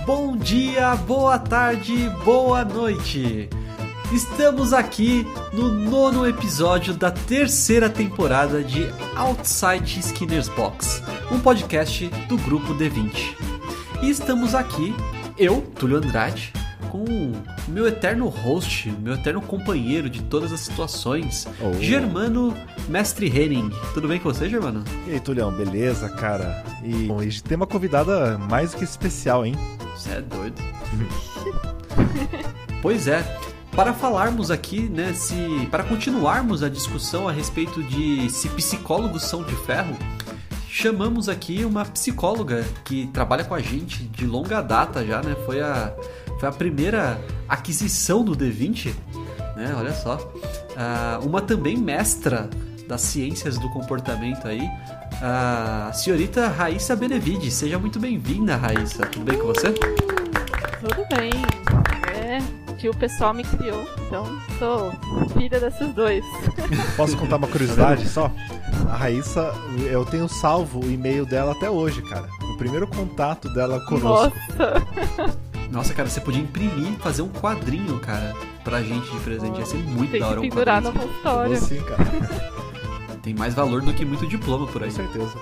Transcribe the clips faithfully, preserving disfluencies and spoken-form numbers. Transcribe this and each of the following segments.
bom dia, boa tarde, boa noite. Estamos aqui no nono episódio da terceira temporada de Outside Skinner's Box, um podcast do Grupo D vinte. E estamos aqui, eu, Túlio Andrade, com o meu eterno host, meu eterno companheiro de todas as situações, oh. Germano Mestre Henning. Tudo bem com você, Germano? E aí, Tulião, beleza, cara? E bom, a gente tem uma convidada mais do que especial, hein? Você é doido. Pois é. Para falarmos aqui, né, se, para continuarmos a discussão a respeito de se psicólogos são de ferro, chamamos aqui uma psicóloga que trabalha com a gente de longa data já, né? Foi a, foi a primeira aquisição do D vinte, né? Olha só. Uh, uma também mestra das ciências do comportamento aí, a senhorita Raíssa Benevides. Seja muito bem-vinda, Raíssa. Tudo bem com você? Tudo bem. É que o pessoal me criou, então sou filha desses dois. Posso contar uma curiosidade só? A Raíssa, eu tenho salvo o e-mail dela até hoje, cara. O primeiro contato dela conosco. Nossa! Nossa, cara, você podia imprimir, fazer um quadrinho, cara, pra gente de presente. Ia ser muito Tem da hora um que pendurar quadrinho. no consultório. Sim, cara. Tem mais valor do que muito diploma por aí. Com certeza.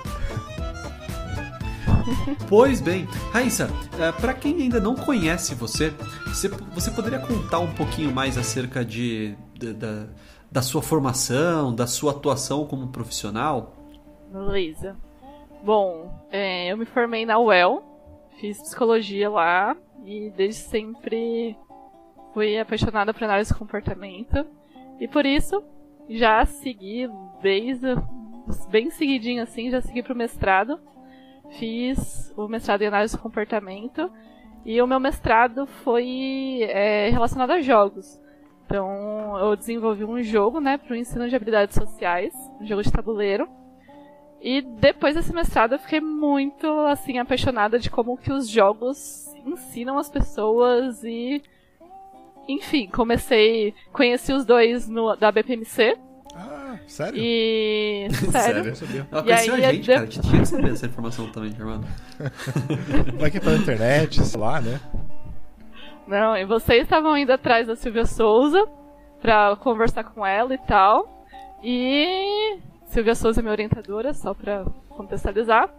Pois bem, Raíssa, para quem ainda não conhece você, você poderia contar um pouquinho mais acerca de, de, da, da sua formação, da sua atuação como profissional? Beleza. Bom, é, eu me formei na U E L, fiz psicologia lá e desde sempre fui apaixonada por análise de comportamento e por isso já segui desde bem seguidinho assim, já segui pro mestrado. Fiz o mestrado em análise de comportamento e o meu mestrado foi é, relacionado a jogos. Então eu desenvolvi um jogo, né, para o ensino de habilidades sociais, um jogo de tabuleiro. E depois desse mestrado eu fiquei muito assim apaixonada de como que os jogos ensinam as pessoas e, enfim, comecei, conheci os dois no, da B P M C. Ah, sério? E... Sério? Sério? Ela conheceu a gente, de... cara. A gente tinha que saber essa informação também, Germano. Vai que é pela internet, sei lá, né? Não, e vocês estavam indo atrás da Silvia Souza pra conversar com ela e tal. E... Silvia Souza é minha orientadora, só pra contextualizar.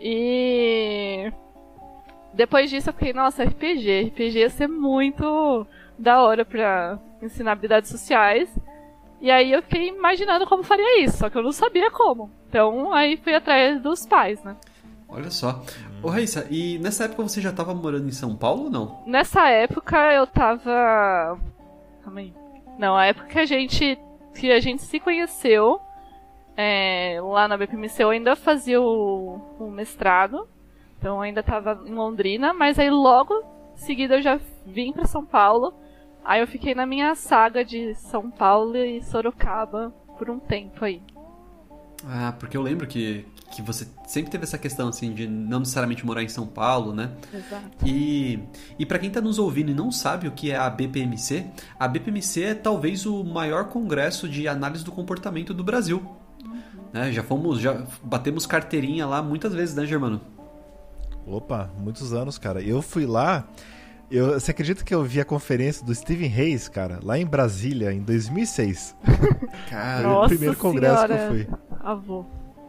E... Depois disso eu fiquei, nossa, R P G. R P G ia ser muito da hora pra ensinar habilidades sociais. E aí eu fiquei imaginando como faria isso, só que eu não sabia como. Então aí fui atrás dos pais, né? Olha só. Ô Raíssa, e nessa época você já estava morando em São Paulo ou não? Nessa época eu tava... Calma aí. Não, a época que a gente, que a gente se conheceu, é, lá na B P M C eu ainda fazia o, o mestrado. Então eu ainda tava em Londrina, mas aí logo em seguida eu já vim pra São Paulo. Aí eu fiquei na minha saga de São Paulo e Sorocaba por um tempo aí. Ah, porque eu lembro que, que você sempre teve essa questão, assim, de não necessariamente morar em São Paulo, né? Exato. E, e pra quem tá nos ouvindo e não sabe o que é a B P M C, a B P M C é talvez o maior congresso de análise do comportamento do Brasil. Uhum. Né? Já fomos, já batemos carteirinha lá muitas vezes, né, Germano? Opa, muitos anos, cara. Eu fui lá... Eu, você acredita que eu vi a conferência do Steven Hayes, cara, lá em Brasília, em dois mil e seis? Cara, Nossa o primeiro congresso senhora, que eu fui. Avô.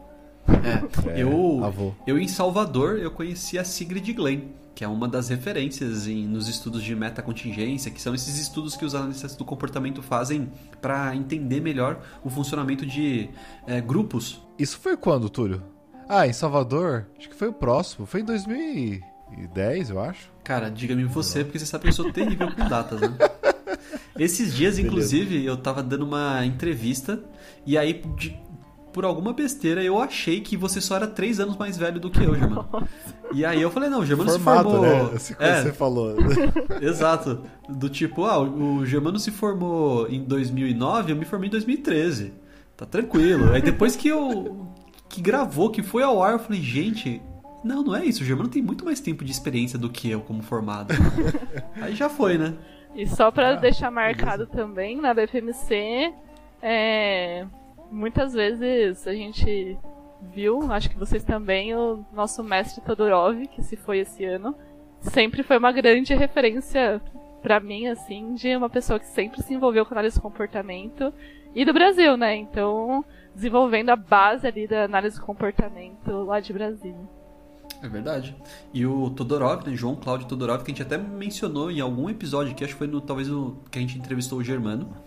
É, é, eu, avô. eu em Salvador, eu conheci a Sigrid Glenn, que é uma das referências em, nos estudos de metacontingência, que são esses estudos que os analistas do comportamento fazem para entender melhor o funcionamento de é, grupos. Isso foi quando, Túlio? Ah, em Salvador? Acho que foi o próximo. Foi em dois mil e dez, eu acho. Cara, diga-me você, porque você sabe que eu sou terrível com datas, né? Esses dias, inclusive, Beleza. eu tava dando uma entrevista e aí, de, por alguma besteira, eu achei que você só era três anos mais velho do que eu, Germano. E aí eu falei, não, o Germano Formado, se formou... né? Assim como é, você falou. Exato. Do tipo, ah, o Germano se formou em dois mil e nove, eu me formei em dois mil e treze. Tá tranquilo. Aí depois que eu... que gravou, que foi ao ar, eu falei, gente... Não, não é isso. O Germano tem muito mais tempo de experiência do que eu como formado. Aí já foi, né? E só pra ah, deixar marcado beleza. Também, na B P M C, é, muitas vezes a gente viu, acho que vocês também, o nosso mestre Todorov, que se foi esse ano, sempre foi uma grande referência pra mim, assim, de uma pessoa que sempre se envolveu com análise de comportamento e do Brasil, né? Então, desenvolvendo a base ali da análise de comportamento lá de Brasília. É verdade. E o Todorov, né, João Cláudio Todorov, que a gente até mencionou em algum episódio aqui, acho que foi no, talvez o que a gente entrevistou o Germano, uhum.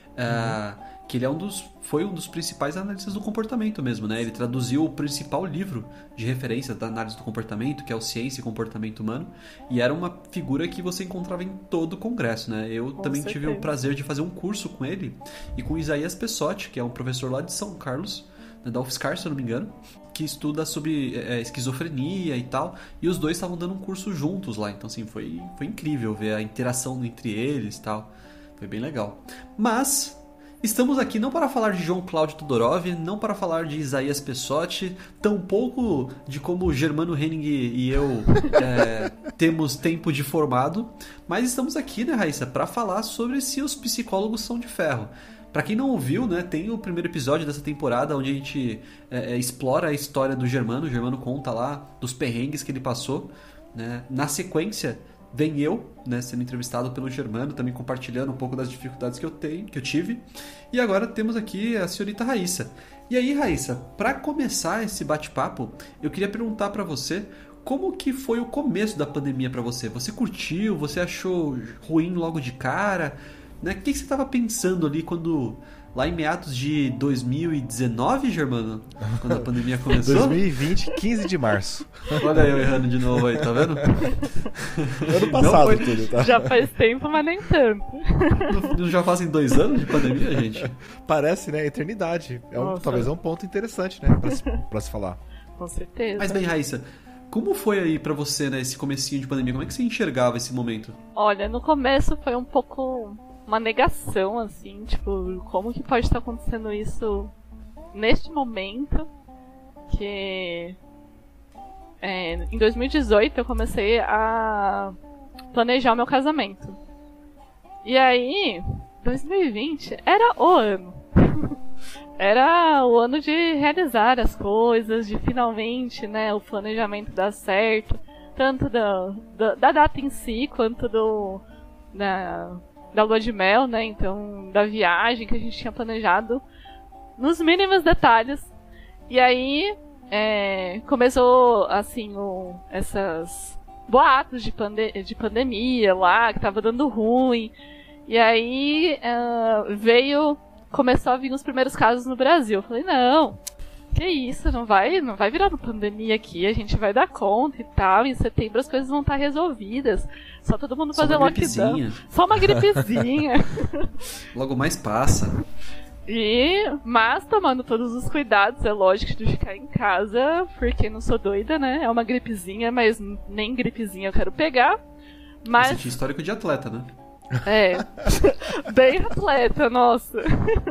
uh, que ele é um dos, foi um dos principais analistas do comportamento mesmo, né? Ele traduziu o principal livro de referência da análise do comportamento, que é o Ciência e Comportamento Humano, e era uma figura que você encontrava em todo o congresso, né? Eu com também certeza. tive o prazer de fazer um curso com ele e com o Isaías Pessotti, que é um professor lá de São Carlos, né, da UFSCar, se eu não me engano, que estuda sobre é, esquizofrenia e tal, e os dois estavam dando um curso juntos lá, então assim, foi, foi incrível ver a interação entre eles e tal, foi bem legal. Mas estamos aqui não para falar de João Cláudio Todorov, não para falar de Isaías Pessotti, tampouco de como Germano Henning e eu é, temos tempo de formado, mas estamos aqui, né, Raíssa, para falar sobre se os psicólogos são de ferro. Pra quem não ouviu, né, tem o primeiro episódio dessa temporada onde a gente é, explora a história do Germano. O Germano conta lá dos perrengues que ele passou, né? Na sequência, vem eu, né, sendo entrevistado pelo Germano, também compartilhando um pouco das dificuldades que eu tenho, que eu tive. E agora temos aqui a senhorita Raíssa. E aí, Raíssa, para começar esse bate-papo, eu queria perguntar para você como que foi o começo da pandemia para você? Você curtiu? Você achou ruim logo de cara? Né? O que, que você estava pensando ali quando, lá em meados de dois mil e dezenove, Germano? Quando a pandemia começou? dois mil e vinte, quinze de março. Olha eu errando de novo aí, tá vendo? Ano passado foi... tudo, tá? Já faz tempo, mas nem tanto. Não, já fazem dois anos de pandemia, gente? Parece, né? Eternidade. É um, talvez é um ponto interessante, né? Pra se, pra se falar. Com certeza. Mas bem, Raíssa, como foi aí pra você, né, esse comecinho de pandemia? Como é que você enxergava esse momento? Olha, no começo foi um pouco uma negação, assim, tipo, como que pode estar acontecendo isso neste momento, que é, em dois mil e dezoito eu comecei a planejar o meu casamento. E aí, dois mil e vinte era o ano. Era o ano de realizar as coisas, de finalmente, né, o planejamento dar certo, tanto da, da, da data em si, quanto do da, da lua de mel, né, então da viagem que a gente tinha planejado nos mínimos detalhes. E aí é, começou, assim, o, essas boatos de, pande de pandemia lá, que tava dando ruim. E aí uh, veio... começou a vir os primeiros casos no Brasil. Eu falei, não, que isso, não vai, não vai virar uma pandemia aqui, a gente vai dar conta e tal, em setembro as coisas vão estar resolvidas, só todo mundo fazer lockdown. Só uma gripezinha. Logo mais passa. E, mas tomando todos os cuidados, é lógico, de ficar em casa, porque não sou doida, né? É uma gripezinha, mas nem gripezinha eu quero pegar. Mas... Você tinha histórico de atleta, né? É, bem atleta, nossa.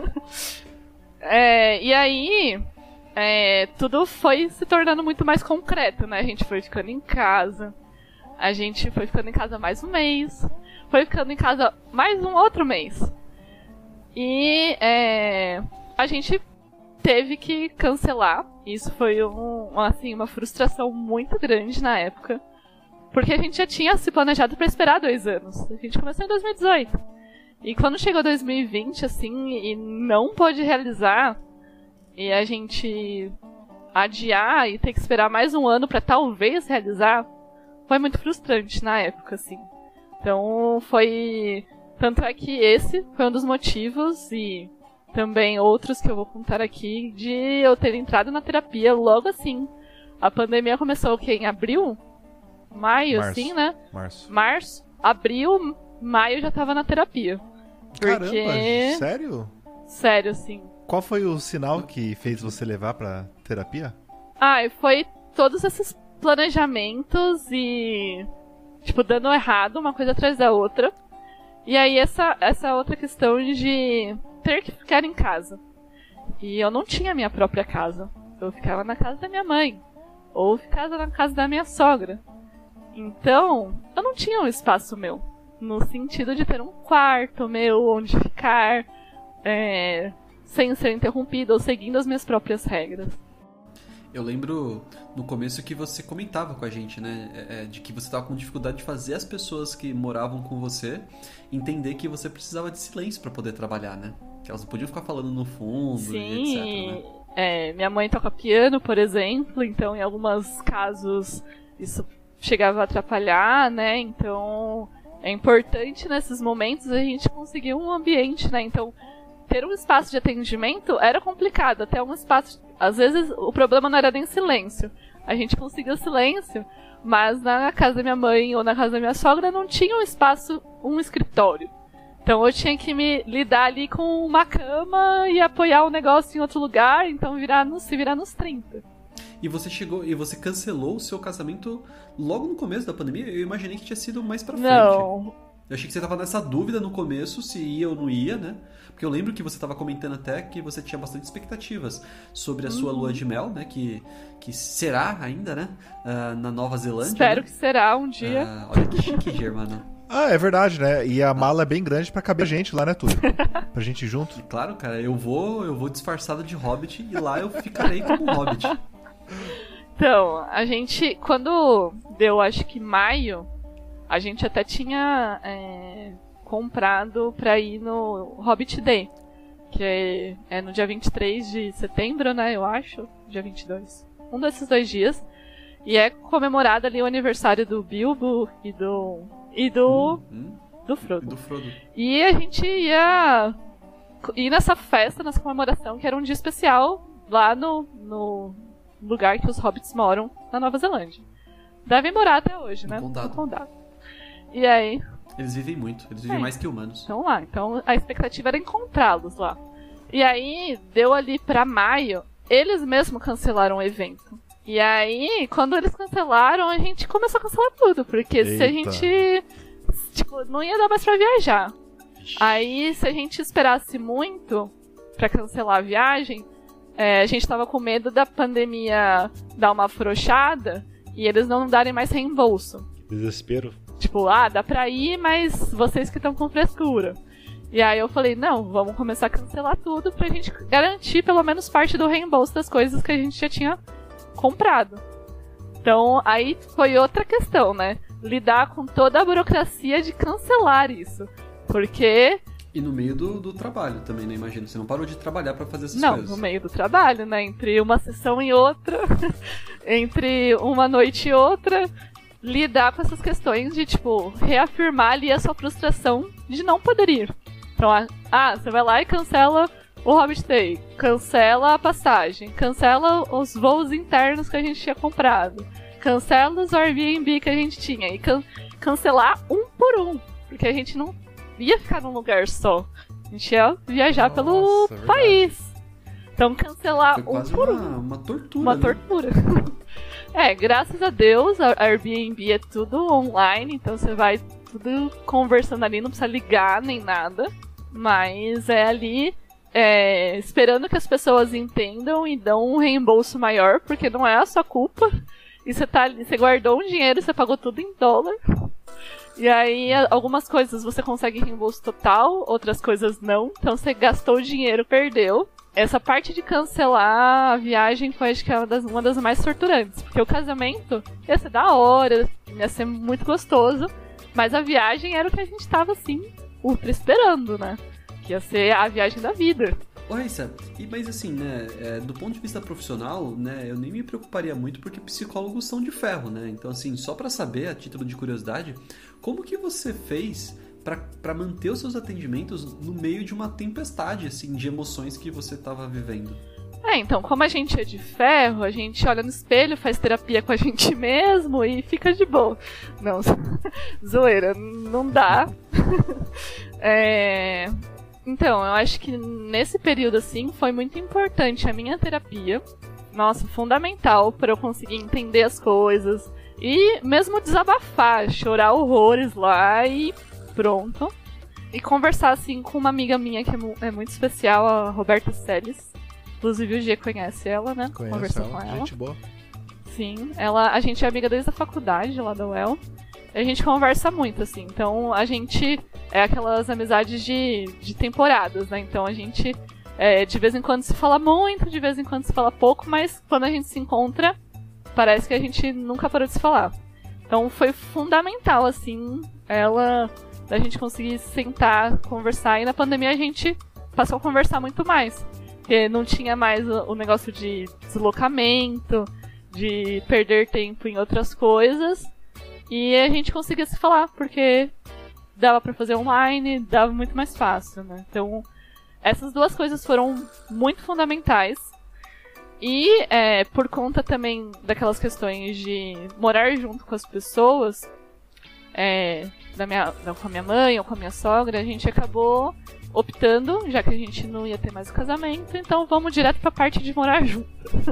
É, e aí, é, tudo foi se tornando muito mais concreto, né? A gente foi ficando em casa, a gente foi ficando em casa mais um mês, foi ficando em casa mais um outro mês. E é, a gente teve que cancelar. Isso foi um, assim, uma frustração muito grande na época. Porque a gente já tinha se planejado para esperar dois anos. A gente começou em dois mil e dezoito. E quando chegou dois mil e vinte, assim, e não pôde realizar, e a gente adiar e ter que esperar mais um ano para talvez realizar, foi muito frustrante na época, assim. Então, foi... Tanto é que esse foi um dos motivos, e também outros que eu vou contar aqui, de eu ter entrado na terapia logo assim. A pandemia começou, o quê? Em abril? Maio, Março. assim, né? Março. Março, abril, maio eu já tava na terapia. Porque... Caramba, sério? Sério, assim. Qual foi o sinal que fez você levar pra terapia? Ah, foi todos esses planejamentos e... Tipo, dando errado, uma coisa atrás da outra. E aí essa, essa outra questão de ter que ficar em casa. E eu não tinha minha própria casa. Eu ficava na casa da minha mãe. Ou ficava na casa da minha sogra. Então, eu não tinha um espaço meu, no sentido de ter um quarto meu, onde ficar, é, sem ser interrompido ou seguindo as minhas próprias regras. Eu lembro no começo que você comentava com a gente, né? É, de que você estava com dificuldade de fazer as pessoas que moravam com você entender que você precisava de silêncio para poder trabalhar, né? Que elas não podiam ficar falando no fundo Sim, e etcétera, né? É, minha mãe toca piano, por exemplo, então em alguns casos isso chegava a atrapalhar, né? Então é importante nesses momentos a gente conseguir um ambiente, né? Então ter um espaço de atendimento era complicado, até um espaço... Às vezes o problema não era nem silêncio. A gente conseguia silêncio, mas na casa da minha mãe ou na casa da minha sogra não tinha um espaço, um escritório. Então eu tinha que me lidar ali com uma cama e apoiar o negócio em outro lugar, então virar no, se virar nos trinta. E você chegou e você cancelou o seu casamento logo no começo da pandemia? Eu imaginei que tinha sido mais pra frente. Não. Eu achei que você tava nessa dúvida no começo, se ia ou não ia, né? Porque eu lembro que você tava comentando até que você tinha bastante expectativas sobre a sua Uhum. lua de mel, né? Que, que será ainda, né? Uh, na Nova Zelândia. Espero né? que será um dia. Uh, olha que chique, Germano. Ah, é verdade, né? E a mala é bem grande pra caber a gente lá, né, Túlio? Pra gente ir junto. E claro, cara, eu vou, eu vou disfarçado de hobbit e lá eu ficarei como um hobbit. Então, a gente, quando deu, acho que maio, a gente até tinha é, comprado pra ir no Hobbit Day, que é, é no dia vinte e três de setembro, né, eu acho, dia vinte e dois. Um desses dois dias. E é comemorado ali o aniversário do Bilbo e do... e do... Hum, hum. do Frodo. Do Frodo. E a gente ia ir nessa festa, nessa comemoração, que era um dia especial lá no, no lugar que os hobbits moram, na Nova Zelândia. Devem morar até hoje, No né? condado. No condado. E aí, Eles vivem muito, eles vivem É. mais que humanos. estão lá. Então a expectativa era encontrá-los lá. E aí, deu ali pra maio, eles mesmos cancelaram o evento. E aí, quando eles cancelaram, a gente começou a cancelar tudo, porque se a Eita. gente... Tipo, não ia dar mais pra viajar. Aí, se a gente esperasse muito pra cancelar a viagem, é, a gente tava com medo da pandemia dar uma afrouxada e eles não darem mais reembolso. Desespero. Tipo, ah, dá pra ir, mas vocês que estão com frescura. E aí eu falei, não, vamos começar a cancelar tudo pra gente garantir pelo menos parte do reembolso das coisas que a gente já tinha comprado. Então, aí foi outra questão, né? Lidar com toda a burocracia de cancelar isso. Porque, E no meio do, do trabalho também, né? Imagina, você não parou de trabalhar pra fazer essas não, coisas. no meio do trabalho, né? Entre uma sessão e outra, entre uma noite e outra, lidar com essas questões de, tipo, reafirmar ali a sua frustração de não poder ir. Então, ah, ah, você vai lá e cancela o Hobbit Day, cancela a passagem, cancela os voos internos que a gente tinha comprado, cancela os Airbnb que a gente tinha, e can- cancelar um por um, porque a gente não ia ficar num lugar só, a gente ia viajar Nossa, pelo verdade. país. Então cancelar Foi um quase por uma, um. uma tortura, Uma né? tortura. É, graças a Deus, a Airbnb é tudo online, então você vai tudo conversando ali, não precisa ligar nem nada. Mas é ali é, esperando que as pessoas entendam e dão um reembolso maior, porque não é a sua culpa. E você tá ali, você guardou um dinheiro, você pagou tudo em dólar. E aí, a- algumas coisas você consegue reembolso total, outras coisas não. Então você gastou o dinheiro, perdeu. Essa parte de cancelar a viagem foi, acho que, uma das, uma das mais torturantes. Porque o casamento ia ser da hora, ia ser muito gostoso. Mas a viagem era o que a gente tava, assim, ultra esperando, né? Que ia ser a viagem da vida. Ô, Raíssa, e, mas assim, né, é, do ponto de vista profissional, né, eu nem me preocuparia muito porque psicólogos são de ferro, né? Então, assim, só pra saber, a título de curiosidade, como que você fez pra, pra manter os seus atendimentos no meio de uma tempestade, assim, de emoções que você tava vivendo? É, então, como a gente é de ferro, a gente olha no espelho, faz terapia com a gente mesmo e fica de boa. Não, zoeira, não dá. É... Então, eu acho que nesse período, assim, foi muito importante a minha terapia. Nossa, fundamental para eu conseguir entender as coisas. E mesmo desabafar, chorar horrores lá e pronto. E conversar, assim, com uma amiga minha que é, mu- é muito especial, a Roberta Seles. Inclusive o G conhece ela, né? Conheço Conversou ela, com ela. gente boa. Sim, ela, a gente é amiga desde a faculdade lá da U E L. A gente conversa muito, assim. Então a gente é aquelas amizades de, de temporadas, né? Então a gente É, de vez em quando se fala muito, de vez em quando se fala pouco, mas quando a gente se encontra, parece que a gente nunca parou de se falar. Então foi fundamental, assim, ela, da gente conseguir sentar, conversar, e na pandemia a gente passou a conversar muito mais. Porque não tinha mais o, o negócio de deslocamento, de perder tempo em outras coisas, e a gente conseguia se falar, porque dava pra fazer online, dava muito mais fácil, né? Então, essas duas coisas foram muito fundamentais. E é, por conta também daquelas questões de morar junto com as pessoas, é, da minha, com a minha mãe ou com a minha sogra, a gente acabou optando, já que a gente não ia ter mais o casamento, então vamos direto pra parte de morar junto.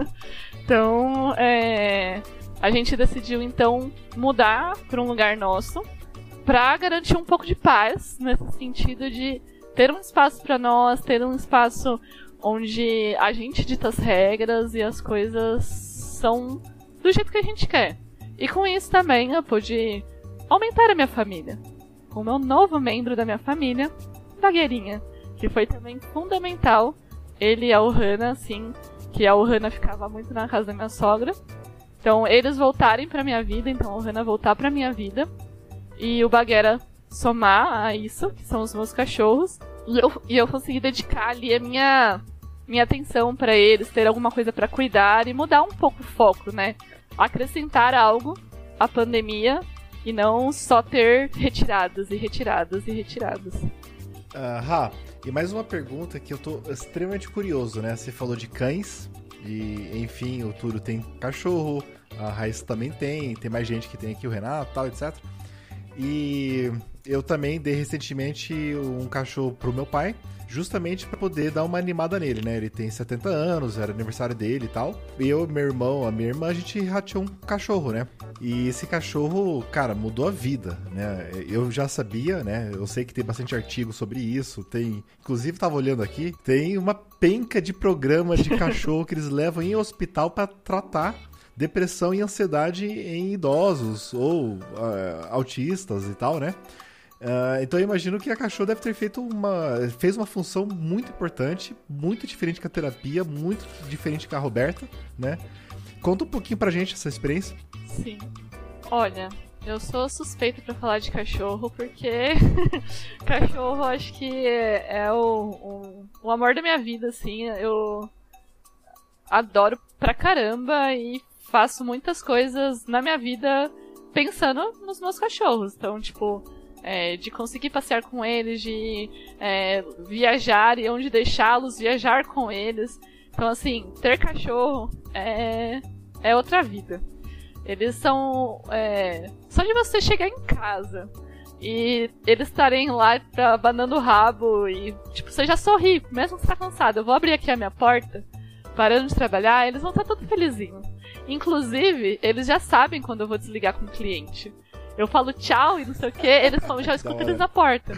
Então, é, a gente decidiu então mudar para um lugar nosso, pra garantir um pouco de paz, nesse sentido de ter um espaço para nós, ter um espaço onde a gente dita as regras e as coisas são do jeito que a gente quer. E com isso também eu pude aumentar a minha família. Com o meu novo membro da minha família, Bagueirinha, que foi também fundamental. Ele e a Ohana, assim, que a Ohana ficava muito na casa da minha sogra. Então eles voltarem pra minha vida, então a Ohana voltar pra minha vida. E o Baguera somar a isso, que são os meus cachorros, e eu, e eu consegui dedicar ali a minha, minha atenção pra eles, ter alguma coisa pra cuidar e mudar um pouco o foco, né? Acrescentar algo à pandemia e não só ter retiradas e retiradas e retiradas. Uh, Rá, e mais uma pergunta que eu tô extremamente curioso, né? Você falou de cães, e enfim, o Túlio tem cachorro, a Raíssa também tem, tem mais gente que tem aqui, o Renato e tal, etcétera. E eu também dei recentemente um cachorro pro meu pai, justamente para poder dar uma animada nele, né? Ele tem setenta anos, era aniversário dele e tal. E eu, meu irmão, a minha irmã, a gente rateou um cachorro, né? E esse cachorro, cara, mudou a vida, né? Eu já sabia, né? Eu sei que tem bastante artigo sobre isso. Tem, inclusive, tava olhando aqui, tem uma penca de programa de cachorro que eles levam em hospital para tratar depressão e ansiedade em idosos ou uh, autistas e tal, né? Uh, então eu imagino que a cachorro deve ter feito uma... fez uma função muito importante, muito diferente com a terapia, muito diferente com a Roberta, né? Conta um pouquinho pra gente essa experiência. Sim. Olha, eu sou suspeita pra falar de cachorro, porque cachorro acho que é, é o, o, o amor da minha vida, assim. Eu adoro pra caramba e faço muitas coisas na minha vida pensando nos meus cachorros. Então, tipo, é, de conseguir passear com eles, de é, viajar e onde deixá-los, viajar com eles. Então, assim, ter cachorro é, é outra vida. Eles são... É, só de você chegar em casa e eles estarem lá pra, abanando o rabo e, tipo, você já sorri, mesmo que você tá cansado. Eu vou abrir aqui a minha porta, parando de trabalhar, eles vão estar todos felizinhos. Inclusive, eles já sabem quando eu vou desligar com o cliente. Eu falo tchau e não sei o que, eles falam, já escutam eles na porta.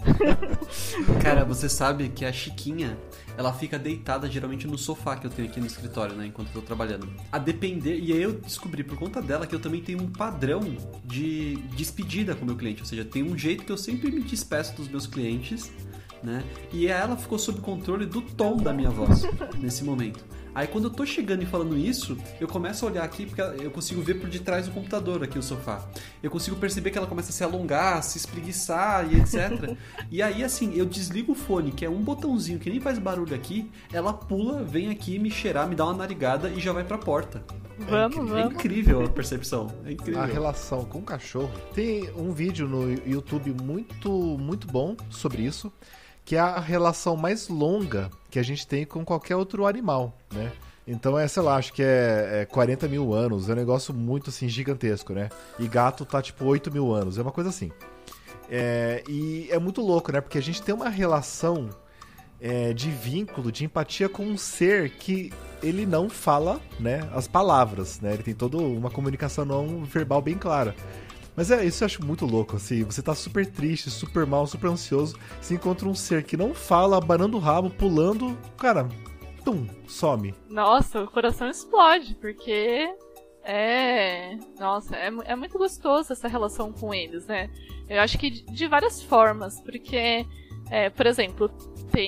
Cara, você sabe que a Chiquinha, ela fica deitada geralmente no sofá que eu tenho aqui no escritório, né, enquanto eu tô trabalhando. A depender, e aí eu descobri por conta dela que eu também tenho um padrão de despedida com o meu cliente, ou seja, tem um jeito que eu sempre me despeço dos meus clientes, né, e ela ficou sob controle do tom da minha voz nesse momento. Aí quando eu tô chegando e falando isso, eu começo a olhar aqui, porque eu consigo ver por detrás do computador aqui o sofá. Eu consigo perceber que ela começa a se alongar, se espreguiçar e etcétera. E aí, assim, eu desligo o fone, que é um botãozinho que nem faz barulho aqui, ela pula, vem aqui me cheirar, me dá uma narigada e já vai pra porta. Vamos, é, inc- vamos. É incrível a percepção. É incrível. A relação com o cachorro. Tem um vídeo no YouTube muito, muito bom sobre isso, que é a relação mais longa que a gente tem com qualquer outro animal, né? Então é, sei lá, acho que é, é quarenta mil anos, é um negócio muito, assim, gigantesco, né? E gato tá, tipo, oito mil anos, é uma coisa assim. É, e é muito louco, né? Porque a gente tem uma relação é, de vínculo, de empatia com um ser que ele não fala, né, as palavras, né? Ele tem toda uma comunicação não verbal bem clara. Mas é, isso eu acho muito louco, assim, você tá super triste, super mal, super ansioso, você encontra um ser que não fala, abanando o rabo, pulando, cara, tum, some. Nossa, o coração explode, porque é... Nossa, é, é muito gostoso essa relação com eles, né? Eu acho que de, de várias formas, porque, é, por exemplo, tem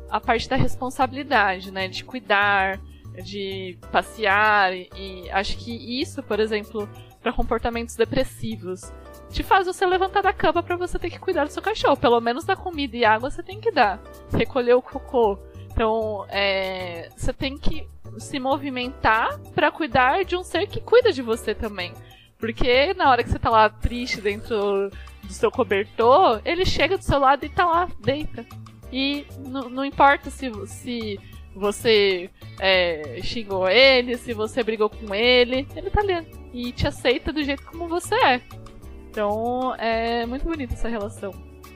a parte da responsabilidade, né? De cuidar, de passear. E, e acho que isso, por exemplo, para comportamentos depressivos, te faz você levantar da cama para você ter que cuidar do seu cachorro. Pelo menos da comida e água você tem que dar. Recolher o cocô. Então, é, você tem que se movimentar para cuidar de um ser que cuida de você também. Porque na hora que você tá lá triste dentro do seu cobertor, ele chega do seu lado e tá lá, deita. E n- não importa se, se você é, xingou ele, se você brigou com ele, ele tá ali e te aceita do jeito como você é. Então é muito bonita essa relação.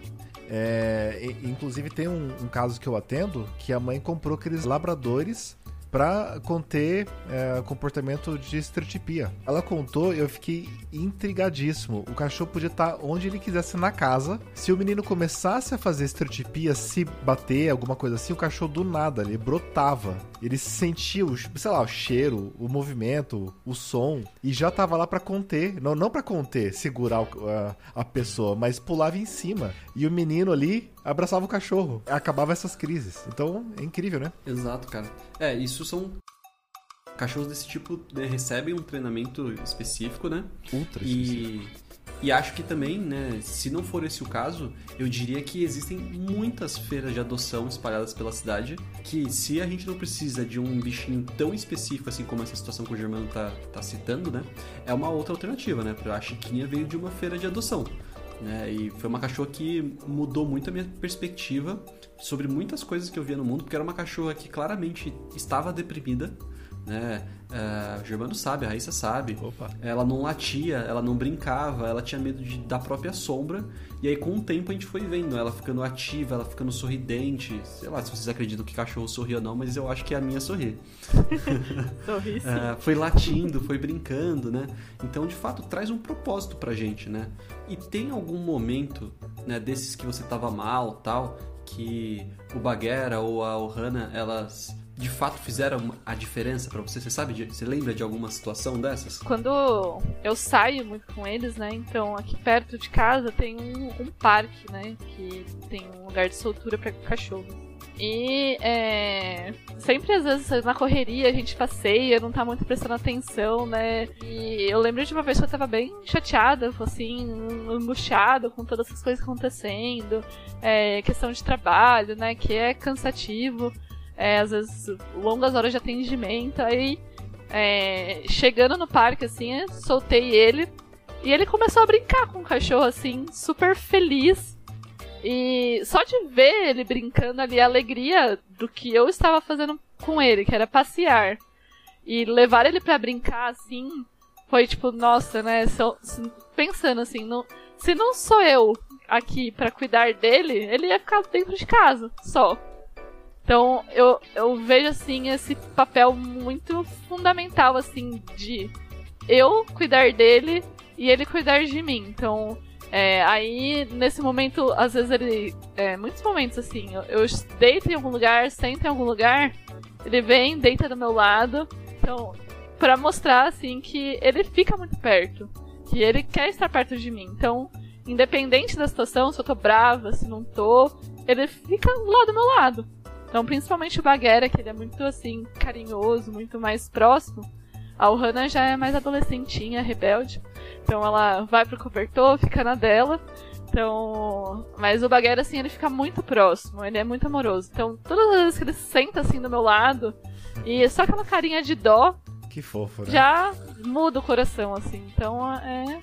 É, e- inclusive tem um, um caso que eu atendo que a mãe comprou aqueles labradores pra conter é, comportamento de estereotipia. Ela contou e eu fiquei intrigadíssimo. O cachorro podia estar onde ele quisesse na casa. Se o menino começasse a fazer estereotipia, se bater, alguma coisa assim, o cachorro do nada, ele brotava. Ele sentia, o, sei lá, o cheiro, o movimento, o som, e já tava lá pra conter. Não, não pra conter, segurar o, a, a pessoa, mas pulava em cima. E o menino ali abraçava o cachorro. Acabava essas crises. Então, é incrível, né? Exato, cara. É, isso são... Cachorros desse tipo, né, recebem um treinamento específico, né? Ultra e... específico. E acho que também, né, se não for esse o caso, eu diria que existem muitas feiras de adoção espalhadas pela cidade, que se a gente não precisa de um bichinho tão específico, assim como essa situação que o Germano tá, tá citando, né, é uma outra alternativa, né, porque a Chiquinha veio de uma feira de adoção, né, e foi uma cachorra que mudou muito a minha perspectiva sobre muitas coisas que eu via no mundo, porque era uma cachorra que claramente estava deprimida, né? Uh, o Germano sabe, a Raíssa sabe. Opa. Ela não latia, ela não brincava, ela tinha medo de, da própria sombra. E aí com o tempo a gente foi vendo ela ficando ativa, ela ficando sorridente. Sei lá se vocês acreditam que cachorro sorri ou não, mas eu acho que é a minha sorrir. Sorri sim. Uh, foi latindo, foi brincando, né? Então de fato traz um propósito pra gente, né? E tem algum momento, né, desses que você tava mal, tal, que o Baguera ou a Ohana, elas de fato fizeram a diferença pra você? Você sabe, de, você lembra de alguma situação dessas? Quando eu saio muito com eles, né, então aqui perto de casa tem um, um parque, né, que tem um lugar de soltura pra cachorro. E é, sempre às vezes na correria a gente passeia, não tá muito prestando atenção, né, e eu lembro de uma vez que eu tava bem chateada, assim, angustiada com todas essas coisas acontecendo, é, questão de trabalho, né, que é cansativo. É, às vezes longas horas de atendimento, aí é, chegando no parque assim, eu soltei ele e ele começou a brincar com o cachorro assim, super feliz, e só de ver ele brincando ali, a alegria do que eu estava fazendo com ele, que era passear, e levar ele pra brincar assim, foi tipo, nossa, né, so, pensando assim, não, se não sou eu aqui pra cuidar dele, ele ia ficar dentro de casa, só. Então, eu, eu vejo, assim, esse papel muito fundamental, assim, de eu cuidar dele e ele cuidar de mim. Então, é, aí, nesse momento, às vezes ele... É, muitos momentos, assim, eu, eu deito em algum lugar, sento em algum lugar, ele vem, deita do meu lado. Então, pra mostrar, assim, que ele fica muito perto, que ele quer estar perto de mim. Então, independente da situação, se eu tô brava, se não tô, ele fica lá do meu lado. Então, principalmente o Baguera, que ele é muito, assim, carinhoso, muito mais próximo. A Ohana já é mais adolescentinha, rebelde. Então, ela vai pro cobertor, fica na dela. Então... Mas o Baguera, assim, ele fica muito próximo. Ele é muito amoroso. Então, todas as vezes que ele senta, assim, do meu lado, e só aquela carinha de dó... Que fofo, né? Já muda o coração, assim. Então, é...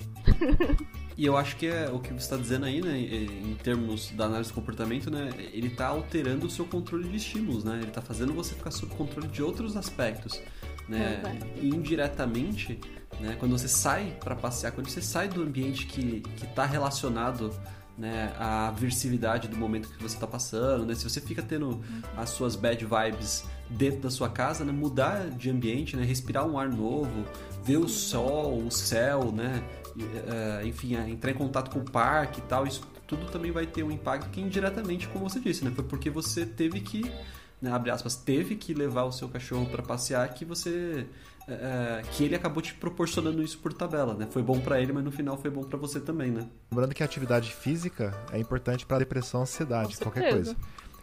E eu acho que é o que você está dizendo aí, né, em termos da análise do comportamento, né, ele está alterando o seu controle de estímulos, né, ele está fazendo você ficar sob controle de outros aspectos, né, e indiretamente, né, quando você sai para passear, quando você sai do ambiente que que está relacionado, né, à aversividade do momento que você está passando, né, se você fica tendo as suas bad vibes dentro da sua casa, né, mudar de ambiente, né, respirar um ar novo, ver o sol, o céu, né, Uh, enfim, uh, entrar em contato com o parque e tal, isso tudo também vai ter um impacto que indiretamente, como você disse, né? Foi porque você teve que, né, abre aspas, teve que levar o seu cachorro para passear que você, uh, que ele acabou te proporcionando isso por tabela, né? Foi bom para ele, mas no final foi bom para você também, né? Lembrando que a atividade física é importante para depressão, ansiedade, qualquer coisa.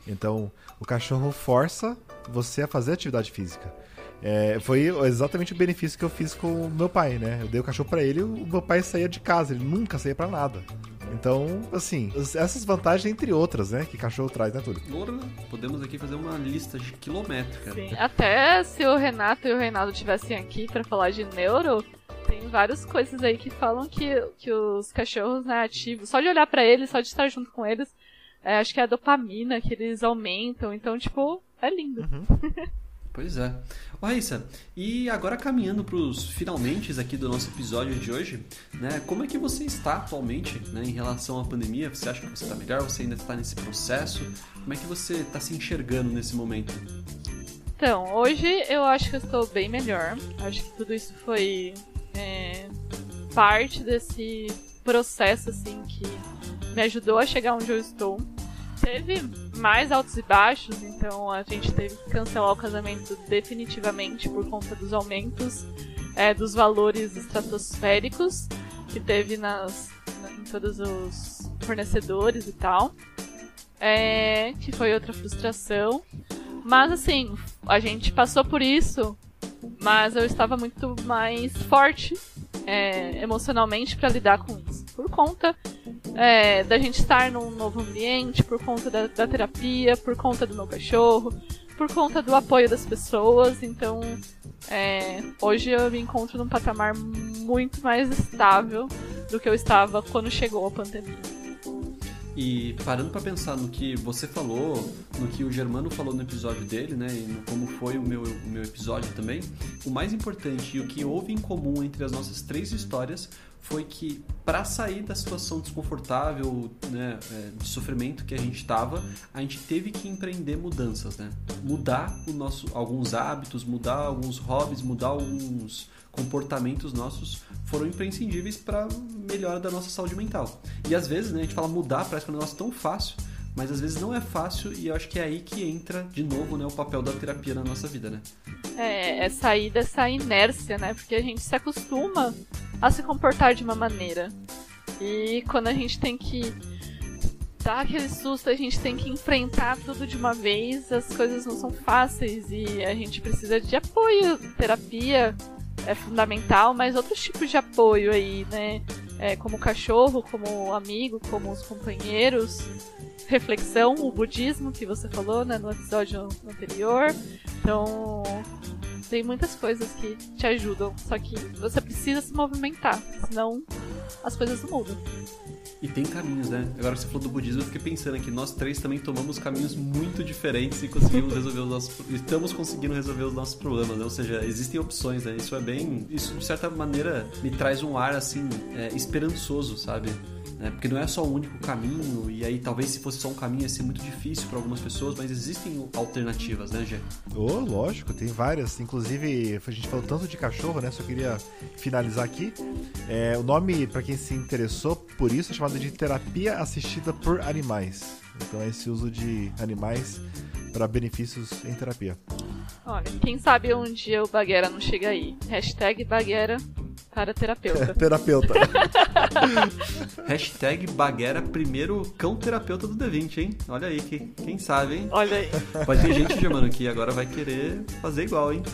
Então, o cachorro força você a fazer atividade física. É, foi exatamente o benefício que eu fiz com o meu pai, né? Eu dei o cachorro pra ele e o meu pai saía de casa, ele nunca saía pra nada. Então, assim, essas vantagens, entre outras, né, que cachorro traz, né, Túlio? Podemos aqui fazer uma lista quilométrica. Sim, até se o Renato e o Reinaldo estivessem aqui pra falar de neuro, tem várias coisas aí que falam que, que os cachorros, né, ativos, só de olhar pra eles, só de estar junto com eles, é, acho que é a dopamina que eles aumentam, então, tipo, é lindo. Uhum. Pois é. Ô, Raíssa, e agora caminhando para os finalmente aqui do nosso episódio de hoje, né? Como é que você está atualmente, né, em relação à pandemia? Você acha que você está melhor? Você ainda está nesse processo? Como é que você está se enxergando nesse momento? Então, hoje eu acho que eu estou bem melhor. Acho que tudo isso foi é, parte desse processo, assim, que me ajudou a chegar onde eu estou. Teve mais altos e baixos, então a gente teve que cancelar o casamento definitivamente por conta dos aumentos é, dos valores estratosféricos que teve nas, em todos os fornecedores e tal. É, que foi outra frustração. Mas assim, a gente passou por isso, mas eu estava muito mais forte é, emocionalmente para lidar com isso. Por conta é, da gente estar num novo ambiente, por conta da, da terapia, por conta do meu cachorro, por conta do apoio das pessoas. Então, é, hoje eu me encontro num patamar muito mais estável do que eu estava quando chegou a pandemia. E parando para pensar no que você falou, no que o Germano falou no episódio dele, né, e no como foi o meu, o meu episódio também, o mais importante e o que houve em comum entre as nossas três histórias foi que para sair da situação desconfortável, né, de sofrimento que a gente estava, a gente teve que empreender mudanças, né? Mudar o nosso, alguns hábitos, mudar alguns hobbies, mudar alguns comportamentos nossos foram imprescindíveis para melhora da nossa saúde mental. E às vezes, né, a gente fala mudar, parece que é um negócio tão fácil, mas às vezes não é fácil, e eu acho que é aí que entra de novo, né, o papel da terapia na nossa vida, né? É, é sair dessa inércia, né? Porque a gente se acostuma a se comportar de uma maneira. E quando a gente tem que dar aquele susto, a gente tem que enfrentar tudo de uma vez, as coisas não são fáceis e a gente precisa de apoio. Terapia é fundamental, mas outros tipos de apoio aí, né? É, como cachorro, como amigo, como os companheiros. Reflexão, o budismo que você falou, né, no episódio anterior. Então, tem muitas coisas que te ajudam, só que você precisa se movimentar, senão as coisas não mudam. E tem caminhos, né? Agora você falou do budismo, eu fiquei pensando que nós três também tomamos caminhos muito diferentes e conseguimos resolver os nossos estamos conseguindo resolver os nossos problemas, né? Ou seja, existem opções, né? Isso é bem, isso de certa maneira me traz um ar assim é, esperançoso, sabe? É, porque não é só o único caminho, e aí talvez se fosse só um caminho ia ser muito difícil para algumas pessoas, mas existem alternativas, né, Gê? Oh, lógico, tem várias. Inclusive, a gente falou tanto de cachorro, né? Só queria finalizar aqui. É, o nome, para quem se interessou por isso, é chamado de terapia assistida por animais. Então é esse uso de animais para benefícios em terapia. Olha, quem sabe um dia o Baguera não chega aí. Hashtag Baguera para terapeuta. Terapeuta. Hashtag Baguera, primeiro cão terapeuta do D vinte, hein? Olha aí, que, quem sabe, hein? Olha aí. Pode ter gente, Germano, que agora vai querer fazer igual, hein?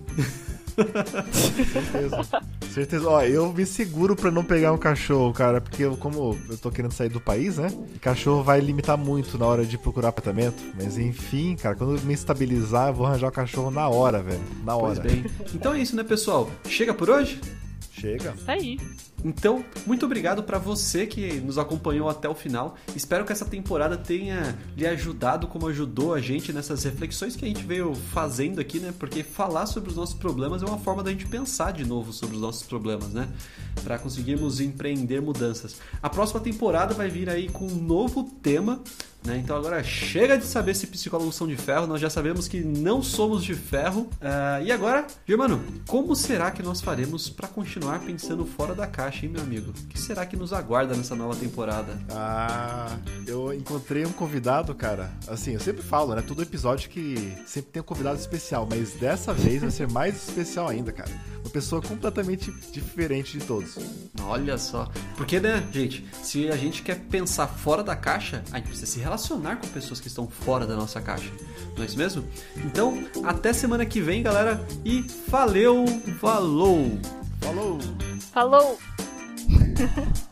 Certeza. Certeza. Ó, eu me seguro pra não pegar um cachorro, cara, porque eu, como eu tô querendo sair do país, né? Cachorro vai limitar muito na hora de procurar apartamento. Mas enfim, cara, quando eu me estabilizar, eu vou arranjar o cachorro na hora, velho. Na hora. Pois bem. Então é isso, né, pessoal? Chega por hoje? Chega. Isso aí. Então, muito obrigado para você que nos acompanhou até o final. Espero que essa temporada tenha lhe ajudado como ajudou a gente nessas reflexões que a gente veio fazendo aqui, né? Porque falar sobre os nossos problemas é uma forma da gente pensar de novo sobre os nossos problemas, né? Para conseguirmos empreender mudanças. A próxima temporada vai vir aí com um novo tema, né? Então agora chega de saber se psicólogos são de ferro, nós já sabemos que não somos de ferro. Uh, e agora, Germano, como será que nós faremos para continuar pensando fora da caixa, hein, meu amigo? O que será que nos aguarda nessa nova temporada? Ah, eu encontrei um convidado, cara. Assim, eu sempre falo, né? Todo episódio que sempre tem um convidado especial, mas dessa vez vai ser mais especial ainda, cara. uma pessoa completamente diferente de todos. Olha só. Porque, né, gente, se a gente quer pensar fora da caixa, a gente precisa se relacionar com pessoas que estão fora da nossa caixa. Não é isso mesmo? Então, até semana que vem, galera. E valeu, falou! Falou! Falou!